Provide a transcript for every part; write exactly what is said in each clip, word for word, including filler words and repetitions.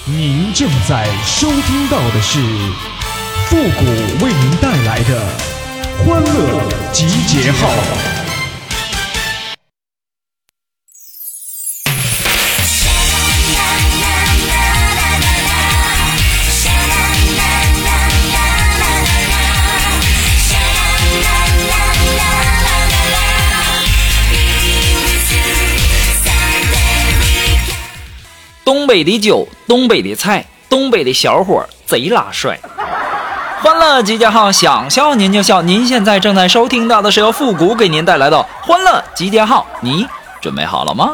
您正在收听到的是复古为您带来的欢乐集结号。 东北的酒，东北的菜，东北的小伙贼拉帅。欢乐集结号，想笑您就笑。您现在正在收听到的是由复古给您带来的欢乐集结号，你准备好了吗？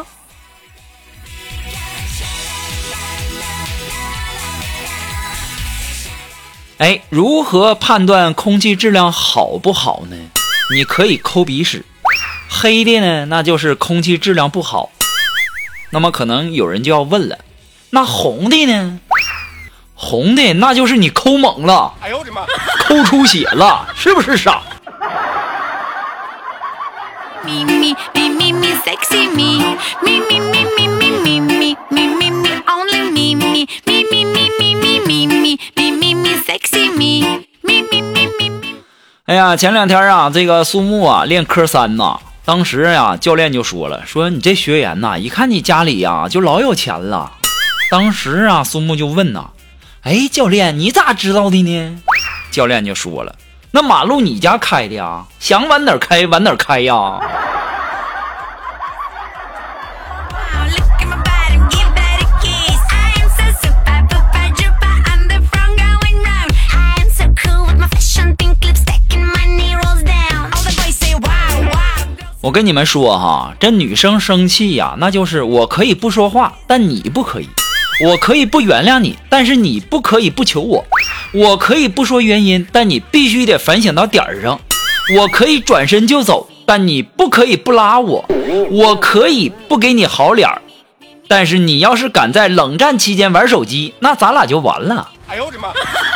哎，如何判断空气质量好不好呢？你可以抠鼻屎，黑的呢，那就是空气质量不好。那么可能有人就要问了，那红的呢？红的那就是你抠猛了，哎呦我的妈，抠出血了，是不是傻？咪咪咪咪咪 sexy 咪咪咪咪咪咪咪咪咪咪咪 only 咪咪咪咪咪咪咪咪咪咪咪咪 sexy 咪咪咪咪咪咪。哎呀，前两天啊，这个苏木啊练科三呐。当时呀，教练就说了，说你这学员呐，一看你家里呀就老有钱了。当时啊，苏木就问呐，哎，教练你咋知道的呢？教练就说了，那马路你家开的呀，想晚点开晚点开呀。我跟你们说哈，这女生生气呀，那就是我可以不说话，但你不可以；我可以不原谅你，但是你不可以不求我；我可以不说原因，但你必须得反省到点儿上；我可以转身就走，但你不可以不拉我；我可以不给你好脸儿，但是你要是敢在冷战期间玩手机，那咱俩就完了。哎呦我的妈！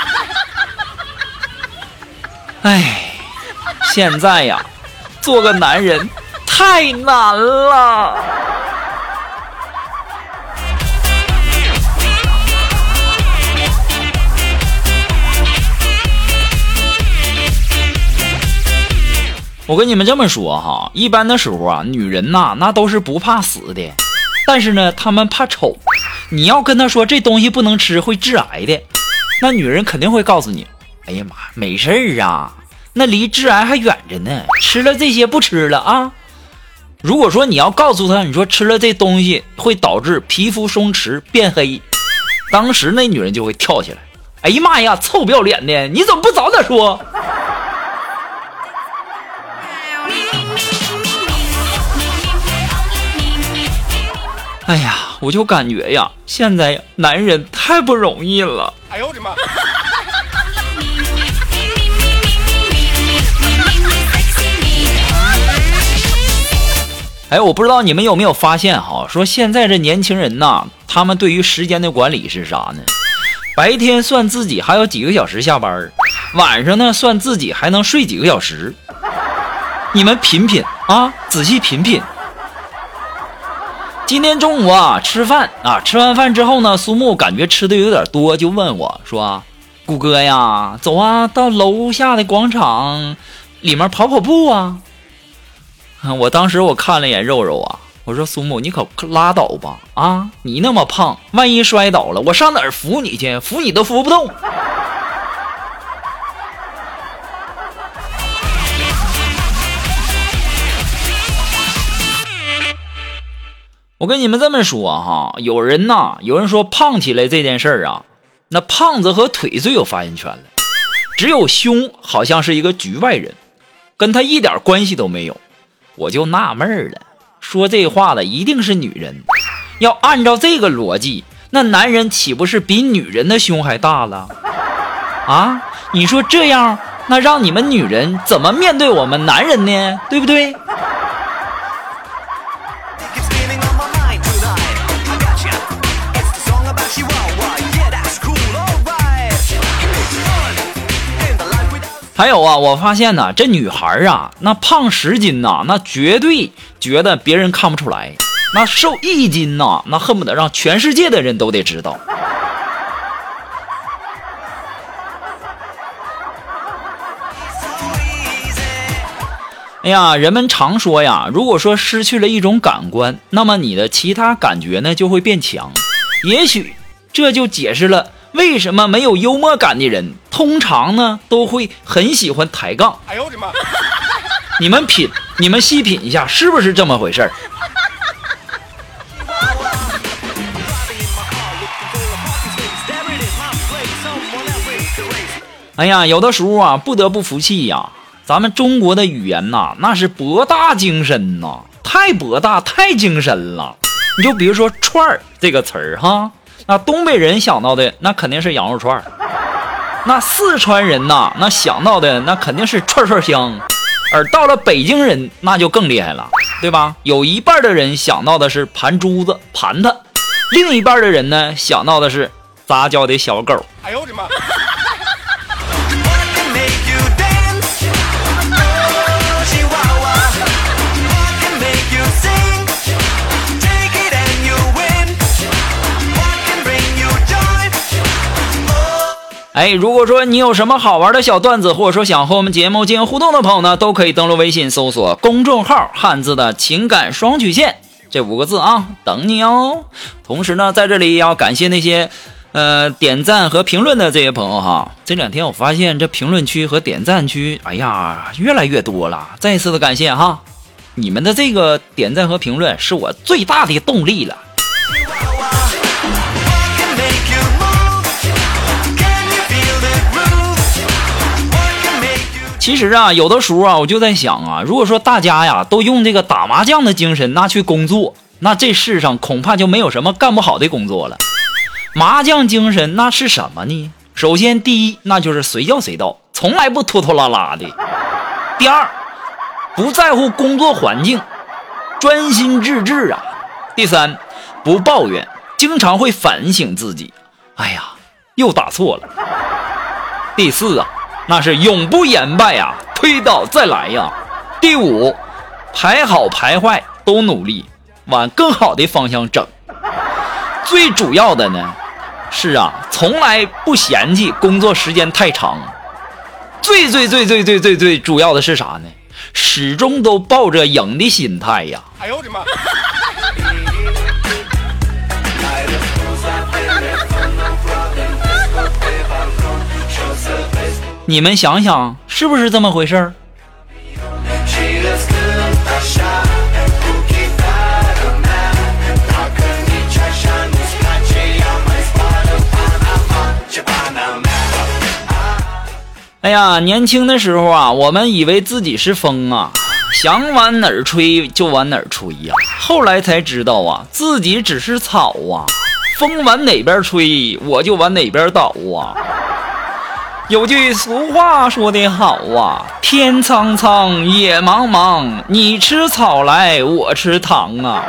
哎，现在呀，做个男人太难了。我跟你们这么说哈，一般的时候啊，女人呐那都是不怕死的，但是呢她们怕丑。你要跟她说这东西不能吃，会致癌的，那女人肯定会告诉你，哎呀妈，没事儿啊，那离致癌还远着呢，吃了这些不吃了啊。如果说你要告诉他，你说吃了这东西会导致皮肤松弛变黑，当时那女人就会跳起来，哎呀妈呀，臭不要脸的，你怎么不早点说？哎呀，我就感觉呀，现在男人太不容易了。哎呦我的妈！哎，我不知道你们有没有发现哈，说现在这年轻人呐，他们对于时间的管理是啥呢？白天算自己还有几个小时下班，晚上呢算自己还能睡几个小时。你们品品啊，仔细品品。今天中午啊吃饭啊，吃完饭之后呢，苏木感觉吃的有点多，就问我说，谷哥呀，走啊，到楼下的广场里面跑跑步啊。我当时我看了一眼肉肉啊，我说苏木你可拉倒吧啊，你那么胖，万一摔倒了，我上哪儿扶你去？扶你都扶不动。我跟你们这么说哈，有人呐，有人说胖起来这件事儿啊，那胖子和腿最有发言权了，只有胸好像是一个局外人，跟他一点关系都没有。我就纳闷了，说这话的一定是女人。要按照这个逻辑，那男人岂不是比女人的胸还大了啊？你说这样，那让你们女人怎么面对我们男人呢？对不对？还有啊，我发现呢，这女孩啊，那胖十斤呐，那绝对觉得别人看不出来；那瘦一斤呐，那恨不得让全世界的人都得知道。 哎呀，人们常说呀，如果说失去了一种感官，那么你的其他感觉呢就会变强。也许这就解释了为什么没有幽默感的人通常呢都会很喜欢抬杠。哎呦我的妈！你们品，你们细品一下，是不是这么回事儿？哎呀，有的时候啊，不得不服气呀。咱们中国的语言呐，那是博大精深呐，太博大太精深了。你就比如说串儿这个词儿哈，那东北人想到的那肯定是羊肉串儿，那四川人呐，那想到的那肯定是串串香，而到了北京人那就更厉害了，对吧？有一半的人想到的是盘珠子盘它，另一半的人呢想到的是杂交的小狗。哎呦我的妈！哎，如果说你有什么好玩的小段子，或者说想和我们节目进行互动的朋友呢，都可以登录微信搜索公众号汉字的情感双曲线这五个字啊，等你哦。同时呢，在这里也要感谢那些呃点赞和评论的这些朋友哈。这两天我发现这评论区和点赞区，哎呀，越来越多了，再一次的感谢哈。你们的这个点赞和评论是我最大的动力了。其实啊，有的时候啊，我就在想啊，如果说大家呀都用这个打麻将的精神拿去工作，那这世上恐怕就没有什么干不好的工作了。麻将精神那是什么呢？首先第一，那就是随叫随到，从来不拖拖拉拉的。第二，不在乎工作环境，专心致志啊。第三，不抱怨，经常会反省自己，哎呀又打错了。第四啊，那是永不言败呀，推倒再来呀。第五，排好排坏都努力往更好的方向整。最主要的呢是啊，从来不嫌弃工作时间太长。最最最最最最最主要的是啥呢？始终都抱着赢的心态呀。哎呦我的妈！你们想想是不是这么回事儿？哎呀，年轻的时候啊，我们以为自己是风啊，想往哪儿吹就往哪儿吹呀。后来才知道啊，自己只是草啊，风往哪边吹我就往哪边倒啊。有句俗话说得好啊，天苍苍野茫茫，你吃草来我吃糖啊。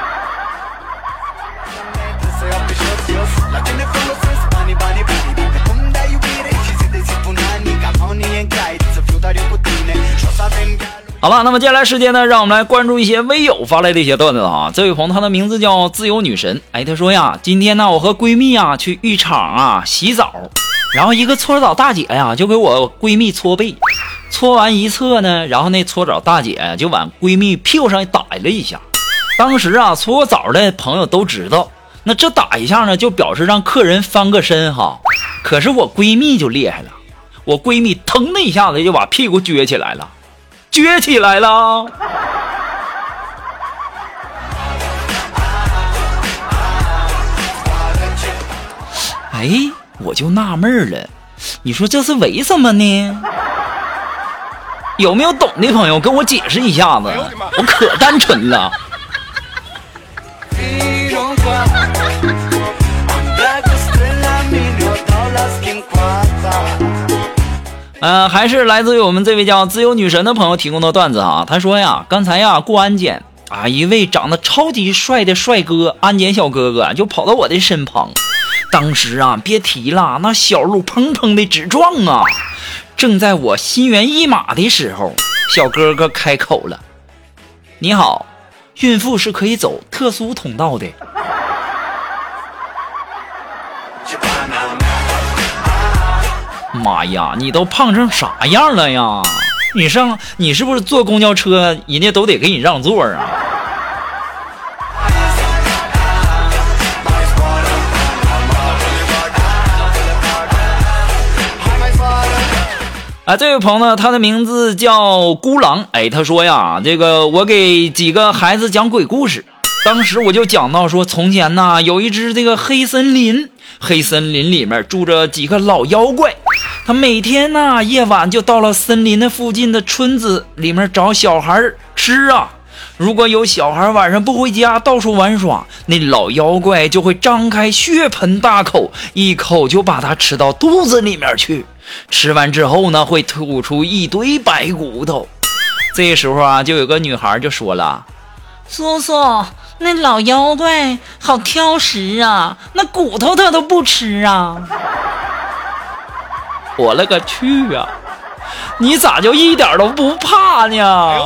好了，那么接下来时间呢，让我们来关注一些微友发来的一些段子啊。这位朋友他的名字叫自由女神，哎，他说呀，今天呢我和闺蜜啊去浴场啊洗澡，然后一个搓澡大姐呀就给我闺蜜搓背，搓完一侧呢，然后那搓澡大姐就往闺蜜屁股上打了一下。当时啊搓过澡的朋友都知道，那这打一下呢就表示让客人翻个身哈。可是我闺蜜就厉害了，我闺蜜腾的一下子就把屁股撅起来了。撅起来了。哎，我就纳闷了，你说这是为什么呢？有没有懂的朋友跟我解释一下子？我可单纯了。呃，还是来自于我们这位叫自由女神的朋友提供的段子啊。他说呀，刚才呀过安检啊，一位长得超级帅的帅哥，安检小哥哥就跑到我的身旁。当时啊，别提了，那小鹿砰砰的直撞啊。正在我心猿意马的时候，小哥哥开口了：“你好，孕妇是可以走特殊通道的。”妈呀，你都胖成啥样了呀？ 你上你是不是坐公交车人家都得给你让座啊？啊，这位朋友呢，他的名字叫孤狼。哎，他说呀，这个我给几个孩子讲鬼故事。当时我就讲到说，从前呢有一只这个黑森林，黑森林里面住着几个老妖怪。他每天呢夜晚就到了森林的附近的村子里面找小孩吃啊。如果有小孩晚上不回家到处玩耍，那老妖怪就会张开血盆大口，一口就把它吃到肚子里面去。吃完之后呢，会吐出一堆白骨头。这时候啊，就有个女孩就说了：“ 叔叔，那老妖怪好挑食啊，那骨头他都不吃啊。” 我勒个去啊！你咋就一点都不怕呢？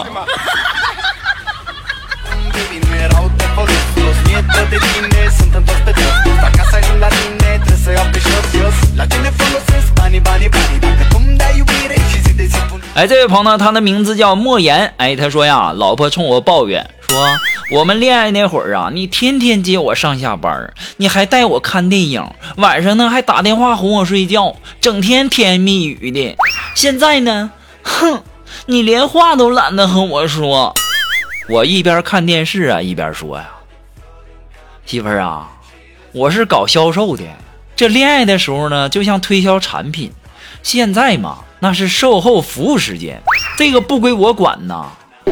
哎，这位朋友，他的名字叫莫言。哎，他说呀，老婆冲我抱怨说，我们恋爱那会儿啊，你天天接我上下班，你还带我看电影，晚上呢还打电话哄我睡觉，整天甜言蜜语的。现在呢，哼，你连话都懒得和我说。我一边看电视啊，一边说呀，媳妇儿啊，我是搞销售的，这恋爱的时候呢，就像推销产品，现在嘛，那是售后服务时间，这个不归我管呐。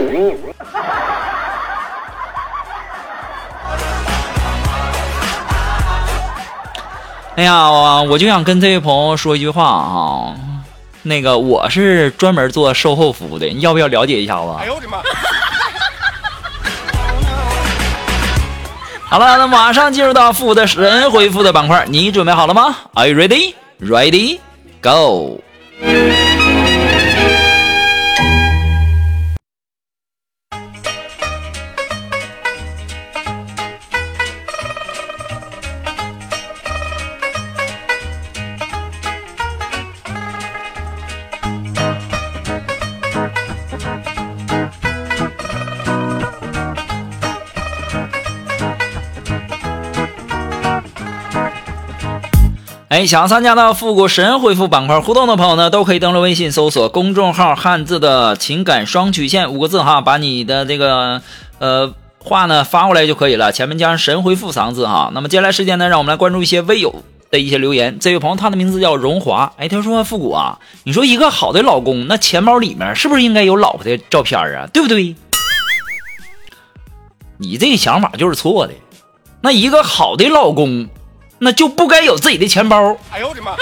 哎呀，我就想跟这位朋友说一句话啊，那个我是专门做售后服务的，你要不要了解一下子？哎呦我的妈！好了，那马上进入到复古的神回复的板块，你准备好了吗？ Are you ready? Ready? Go! 哎，想参加到复古神回复板块互动的朋友呢，都可以登录微信搜索公众号汉字的情感双曲线五个字哈，把你的这个呃话呢发过来就可以了，前面加上神回复三个字哈。那么接下来时间呢，让我们来关注一些微友的一些留言。这位朋友他的名字叫荣华。哎，他说复古啊，你说一个好的老公，那钱包里面是不是应该有老婆的照片啊？对不对？你这个想法就是错的。那一个好的老公，那就不该有自己的钱包。哎呦我的妈！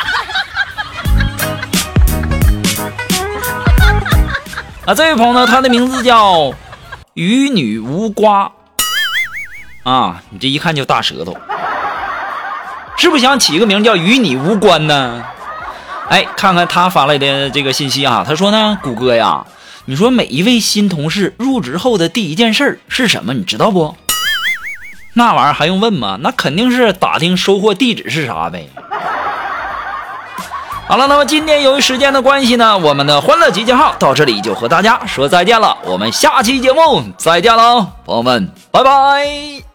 啊，这位朋友呢，他的名字叫鱼女无瓜啊，你这一看就大舌头，是不是想起个名叫与你无关呢？哎，看看他发来的这个信息啊，他说呢，谷歌呀，你说每一位新同事入职后的第一件事是什么？你知道不？那玩意儿还用问吗？那肯定是打听收货地址是啥呗。好了，那么今天由于时间的关系呢，我们的欢乐集结号到这里就和大家说再见了，我们下期节目再见了，朋友们，拜拜。